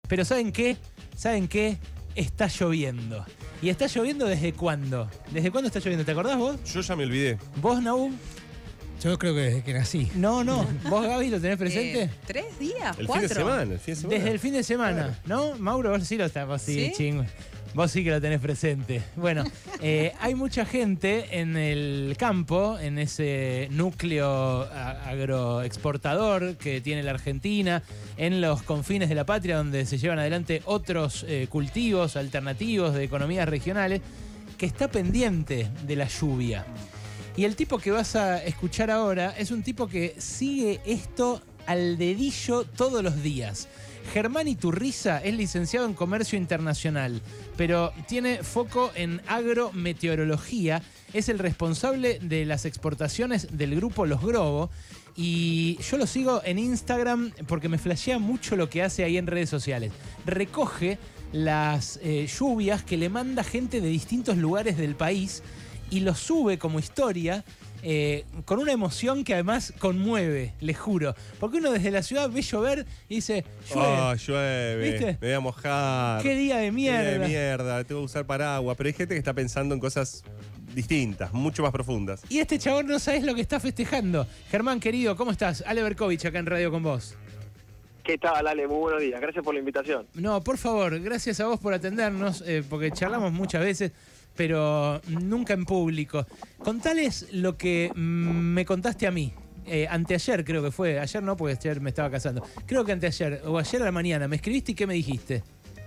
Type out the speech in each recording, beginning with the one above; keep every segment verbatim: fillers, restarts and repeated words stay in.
Pero ¿saben qué? ¿Saben qué? Está lloviendo. ¿Y está lloviendo desde cuándo? ¿Desde cuándo está lloviendo? ¿Te acordás vos? Yo ya me olvidé. ¿Vos, Naú? Yo creo que desde que nací. No, no. ¿Vos, Gaby, lo tenés presente? Eh, ¿Tres días? El ¿Cuatro? fin de semana, el fin de semana. Desde el fin de semana, ¿no? Mauro, vos sí lo estás, vos sí, ¿Sí? chingo. Vos sí que lo tenés presente. Bueno, eh, hay mucha gente en el campo, en ese núcleo a- agroexportador que tiene la Argentina, en los confines de la patria donde se llevan adelante otros eh, cultivos alternativos de economías regionales, que está pendiente de la lluvia. Y el tipo que vas a escuchar ahora es un tipo que sigue esto al dedillo todos los días. Germán Iturriza es licenciado en Comercio Internacional, pero tiene foco en agrometeorología. Es el responsable de las exportaciones del grupo Los Grobo. Y yo lo sigo en Instagram porque me flashea mucho lo que hace ahí en redes sociales. Recoge las eh, lluvias que le manda gente de distintos lugares del país y lo sube como historia. Eh, con una emoción que además conmueve, les juro. Porque uno desde la ciudad ve llover y dice, llueve. Oh, llueve. ¿Viste? Me voy a mojar. Qué día de Qué mierda. día de mierda. Tengo que usar paraguas. Pero hay gente que está pensando en cosas distintas, mucho más profundas. Y este chabón no sabés lo que está festejando. Germán, querido, ¿cómo estás? Ale Berkovich acá en Radio con vos. ¿Qué tal, Ale? Muy buenos días. Gracias por la invitación. No, por favor, gracias a vos por atendernos, eh, porque charlamos muchas veces, pero nunca en público. Contales lo que mm, me contaste a mí. Eh, anteayer creo que fue. Ayer no, porque ayer me estaba casando. Creo que anteayer, o ayer a la mañana. Me escribiste y ¿qué me dijiste?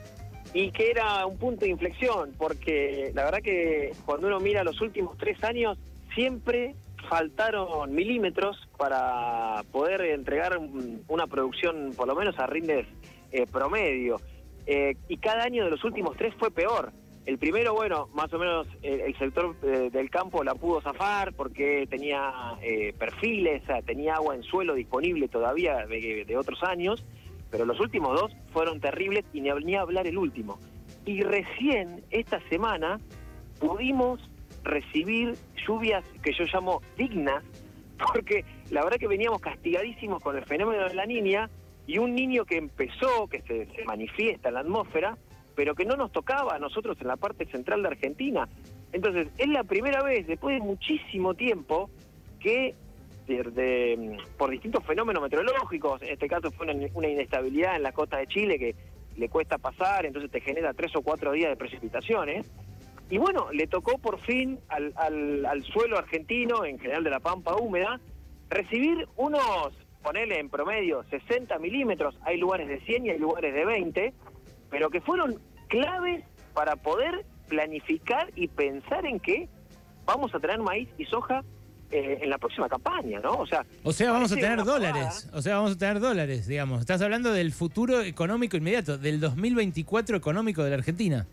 Y que era un punto de inflexión, porque la verdad que cuando uno mira los últimos tres años, siempre faltaron milímetros para poder entregar un- una producción, por lo menos a rindes eh, promedio. Eh, y cada año de los últimos tres fue peor. El primero, bueno, más o menos eh, el sector eh, del campo la pudo zafar porque tenía eh, perfiles, o sea, tenía agua en suelo disponible todavía de, de otros años, pero los últimos dos fueron terribles y ni, hab- ni hablar el último. Y recién esta semana pudimos recibir lluvias que yo llamo dignas, porque la verdad que veníamos castigadísimos con el fenómeno de la Niña, y un niño que empezó, que se, se manifiesta en la atmósfera, pero que no nos tocaba a nosotros en la parte central de Argentina. Entonces, es la primera vez, después de muchísimo tiempo, que de, de, por distintos fenómenos meteorológicos, en este caso fue una, una inestabilidad en la costa de Chile que le cuesta pasar, entonces te genera tres o cuatro días de precipitaciones. Y bueno, le tocó por fin al, al, al suelo argentino, en general de la pampa húmeda, recibir unos, ponele en promedio, sesenta milímetros, hay lugares de cien y hay lugares de veinte, pero que fueron claves para poder planificar y pensar en que vamos a tener maíz y soja eh, en la próxima campaña, ¿no? O sea, O sea, vamos a parece tener una dólares. O sea, vamos a tener dólares, digamos. Estás hablando del futuro económico inmediato, del dos mil veinticuatro económico de la Argentina.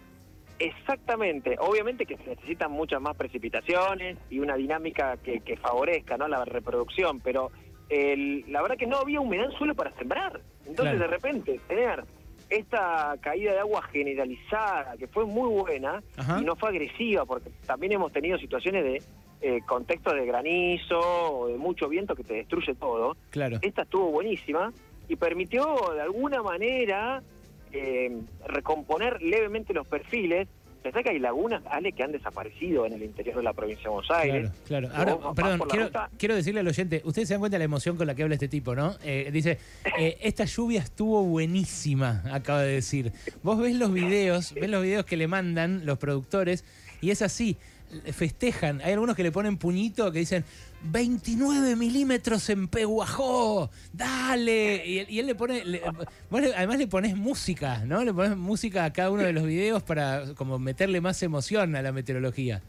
Exactamente, obviamente que se necesitan muchas más precipitaciones y una dinámica que, que favorezca, ¿no?, la reproducción, pero el, la verdad que no había humedad en suelo para sembrar. Entonces, Claro. de repente, tener esta caída de agua generalizada, que fue muy buena, Ajá. y no fue agresiva, porque también hemos tenido situaciones de eh, contextos de granizo o de mucho viento que te destruye todo. Claro. Esta estuvo buenísima y permitió de alguna manera eh, recomponer levemente los perfiles. Pensá que hay lagunas, Ale, que han desaparecido en el interior de la provincia de Buenos Aires. Claro, claro. Que Ahora, vos vas perdón, por la quiero, ruta. quiero decirle al oyente, ustedes se dan cuenta de la emoción con la que habla este tipo, ¿no? Eh, dice, eh, esta lluvia estuvo buenísima, acaba de decir. Vos ves los videos, ves los videos que le mandan los productores y es así, festejan. Hay algunos que le ponen puñito que dicen, veintinueve milímetros en Peguajó, dale. Y, él- y él le pone, le- vos le- además le pones música, ¿no? Le pones música a cada uno de los videos para como meterle más emoción a la meteorología.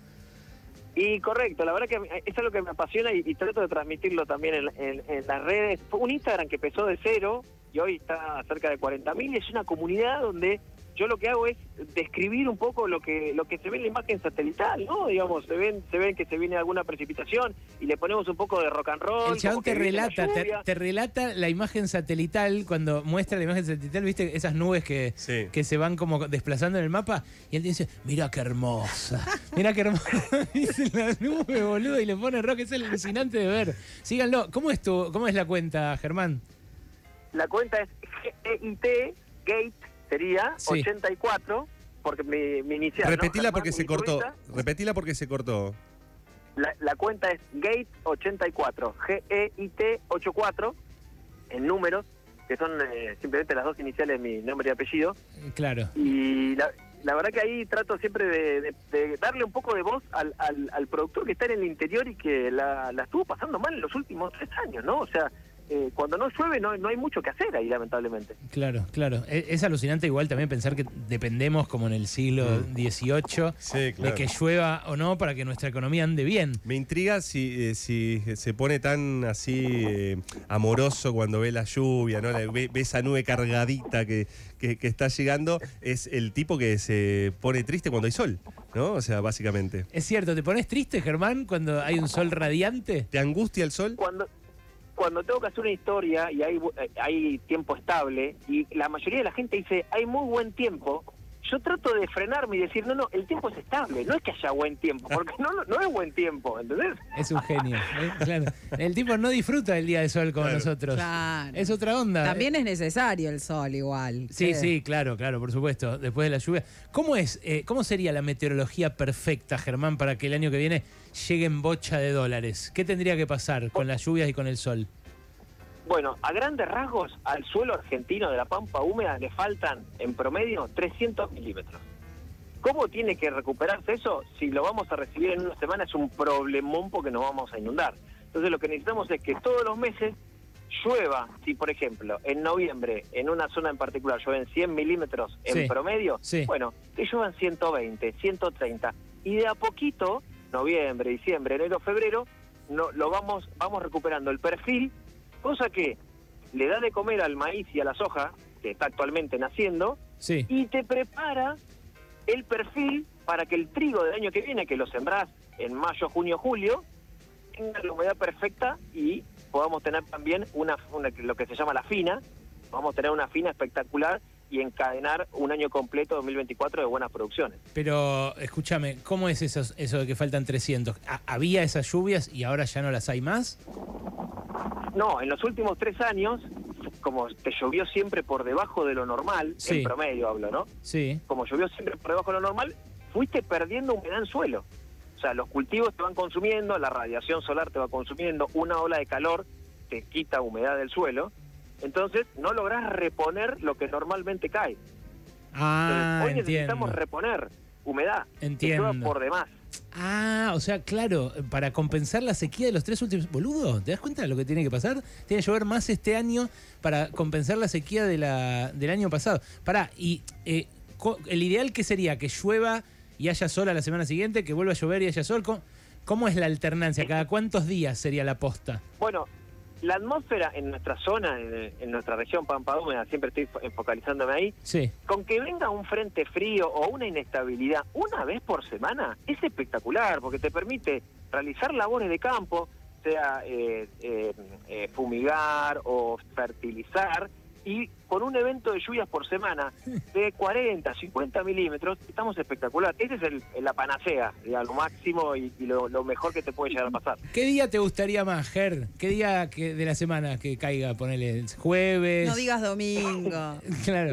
Y correcto, la verdad que eso es lo que me apasiona y, y trato de transmitirlo también en, en- en las redes. Fue un Instagram que empezó de cero y hoy está cerca de cuarenta mil. Es una comunidad donde yo lo que hago es describir un poco lo que lo que se ve en la imagen satelital, ¿no? Digamos, se ven se ven que se viene alguna precipitación y le ponemos un poco de rock and roll. El chabón como que te viene la relata, te, lluvia. te relata la imagen satelital, cuando muestra la imagen satelital, viste esas nubes que, Sí. que se van como desplazando en el mapa, y él te dice, mira qué hermosa, mira qué hermosa, dice la nube, boludo, y le pone rock, es alucinante de ver. Síganlo, ¿cómo es tu, cómo es la cuenta, Germán? La cuenta es G E I T Gate sería Sí. ochenta y cuatro, porque mi, mi inicial. Repetila ¿no? porque Germán se cortó. Uriturrieta. Repetila porque se cortó. La, la cuenta es Gate ochenta y cuatro, G E I T ochenta y cuatro, en números, que son eh, simplemente las dos iniciales de mi nombre y apellido. Claro. Y la, la verdad que ahí trato siempre de, de- de darle un poco de voz al, al, al productor que está en el interior y que la, la estuvo pasando mal en los últimos tres años, ¿no? O sea, eh, cuando no llueve no, no hay mucho que hacer ahí, lamentablemente. Claro, claro. Es, es alucinante igual también pensar que dependemos, como en el siglo dieciocho, Sí, de claro. que llueva o no para que nuestra economía ande bien. Me intriga si, eh, si se pone tan así eh, amoroso cuando ve la lluvia, ¿no? La- ve, ve esa nube cargadita que, que, que está llegando. Es el tipo que se pone triste cuando hay sol, ¿no? O sea, básicamente. Es cierto, ¿te pones triste, Germán, cuando hay un sol radiante? ¿Te angustia el sol? Cuando cuando tengo que hacer una historia y hay, bu- eh, hay tiempo estable y la mayoría de la gente dice hay muy buen tiempo, yo trato de frenarme y decir, no, no, el tiempo es estable, no es que haya buen tiempo, porque no, no, no es buen tiempo, ¿entendés? Es un genio. ¿eh? Claro. El tipo no disfruta del día de sol como Claro. nosotros. Claro. Es otra onda. También es necesario el sol igual. Sí, Eh, sí, claro, claro, por supuesto. Después de la lluvia. ¿Cómo es, eh, cómo sería la meteorología perfecta, Germán, para que el año que viene lleguen bocha de dólares? ¿Qué tendría que pasar con las lluvias y con el sol? Bueno, a grandes rasgos, al suelo argentino de la pampa húmeda le faltan, en promedio, trescientos milímetros. ¿Cómo tiene que recuperarse eso? Si lo vamos a recibir en una semana es un problemón porque nos vamos a inundar. Entonces lo que necesitamos es que todos los meses llueva. Si, por ejemplo, en noviembre, en una zona en particular, llueven cien milímetros en Sí, promedio, sí. bueno, que lluevan ciento veinte, ciento treinta. Y de a poquito, noviembre, diciembre, enero, febrero, no, lo vamos, vamos recuperando el perfil, cosa que le da de comer al maíz y a la soja, que está actualmente naciendo, Sí. y te prepara el perfil para que el trigo del año que viene, que lo sembrás en mayo, junio, julio, tenga la humedad perfecta y podamos tener también una, una lo que se llama la fina, vamos a tener una fina espectacular y encadenar un año completo dos mil veinticuatro de buenas producciones. Pero escúchame, ¿cómo es eso, eso de que faltan trescientos? ¿Ha- ¿Había esas lluvias y ahora ya no las hay más? No, en los últimos tres años, como te llovió siempre por debajo de lo normal, Sí. en promedio hablo, ¿no? Sí. Como llovió siempre por debajo de lo normal, fuiste perdiendo humedad en suelo. O sea, los cultivos te van consumiendo, la radiación solar te va consumiendo, una ola de calor te quita humedad del suelo, entonces no lográs reponer lo que normalmente cae. Ah, Entonces, hoy entiendo. necesitamos reponer humedad Entiendo. que llueva por demás. Ah, o sea, claro, para compensar la sequía de los tres últimos... Boludo, ¿te das cuenta de lo que tiene que pasar? Tiene que llover más este año para compensar la sequía de la, del año pasado. Pará, y eh, co- el ideal que sería que llueva y haya sol a la semana siguiente, que vuelva a llover y haya sol. ¿Cómo, cómo es la alternancia? ¿Cada cuántos días sería la posta? Bueno, la atmósfera en nuestra zona, en, en nuestra región Pampa Húmeda, siempre estoy fo- focalizándome ahí, Sí. con que venga un frente frío o una inestabilidad una vez por semana es espectacular porque te permite realizar labores de campo, sea eh, eh, eh, fumigar o fertilizar, y con un evento de lluvias por semana de cuarenta, cincuenta milímetros, estamos espectacular. Esa es el, la panacea, digamos, lo máximo y, y lo, lo mejor que te puede llegar a pasar. ¿Qué día te gustaría más, Ger? ¿Qué día que, de la semana que caiga? Ponele jueves. No digas domingo. Claro.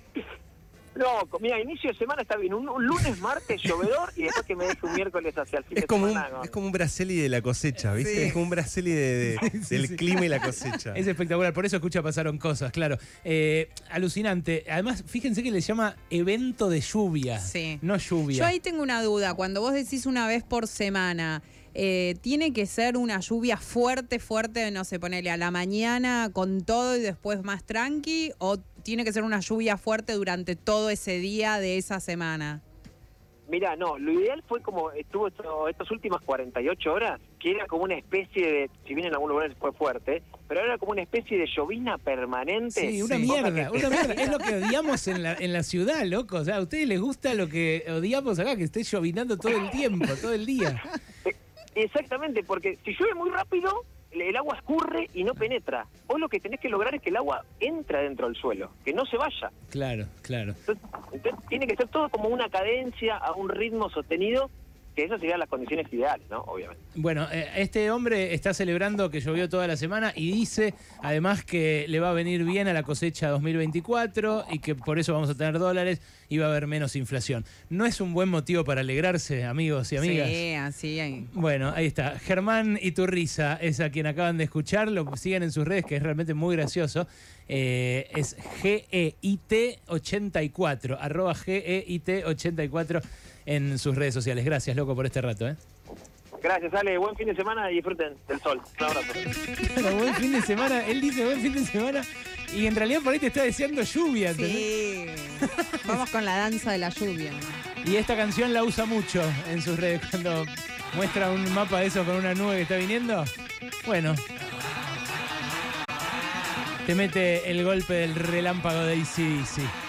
No, mira, inicio de semana está bien. Un, un lunes, martes, llovedor y después que me deje un miércoles hacia el fin Es de como, un, semana. ¿no? es como un Braceli de la cosecha, ¿viste? Sí. Es como un Braceli de, de- Sí, del sí. clima y la cosecha. Es espectacular, por eso escucha pasaron cosas, claro. Eh, alucinante. Además, fíjense que le llama evento de lluvia, Sí. no lluvia. Yo ahí tengo una duda. Cuando vos decís una vez por semana, eh, ¿tiene que ser una lluvia fuerte, fuerte, no sé, ponele a la mañana con todo y después más tranqui? ¿O tiene que ser una lluvia fuerte durante todo ese día de esa semana? Mira, no, lo ideal fue como estuvo esto, estas últimas cuarenta y ocho horas, que era como una especie de, si bien en algunos lugares fue fuerte, pero era como una especie de llovina permanente. Sí, una Sí. mierda, una mierda. Es lo que odiamos en la, en la ciudad, loco. O sea, a ustedes les gusta lo que odiamos acá, que esté llovinando todo el tiempo, todo el día. Exactamente, porque si llueve muy rápido, el agua escurre y no penetra. Vos lo que tenés que lograr es que el agua entre dentro del suelo, que no se vaya. Claro, claro. Entonces, entonces tiene que ser todo como una cadencia, a un ritmo sostenido, que esas serían las condiciones ideales, ¿no? Obviamente. Bueno, eh, este hombre está celebrando que llovió toda la semana y dice además que le va a venir bien a la cosecha dos mil veinticuatro y que por eso vamos a tener dólares y va a haber menos inflación. ¿No es un buen motivo para alegrarse, amigos y amigas? Sí, así hay. Bueno, ahí está. Germán Iturriza es a quien acaban de escuchar. Lo siguen en sus redes, que es realmente muy gracioso. Eh, es G E I T ochenta y cuatro, arroba G E I T ochenta y cuatro en sus redes sociales. Gracias, loco, por este rato. ¿eh? Gracias, Ale. Buen fin de semana y disfruten del sol. Un abrazo. Bueno, buen fin de semana. Él dice buen fin de semana y en realidad por ahí te está deseando lluvia. ¿entendés? Sí. Vamos con la danza de la lluvia. Y esta canción la usa mucho en sus redes cuando muestra un mapa de eso con una nube que está viniendo. Bueno, te mete el golpe del relámpago de A C D C.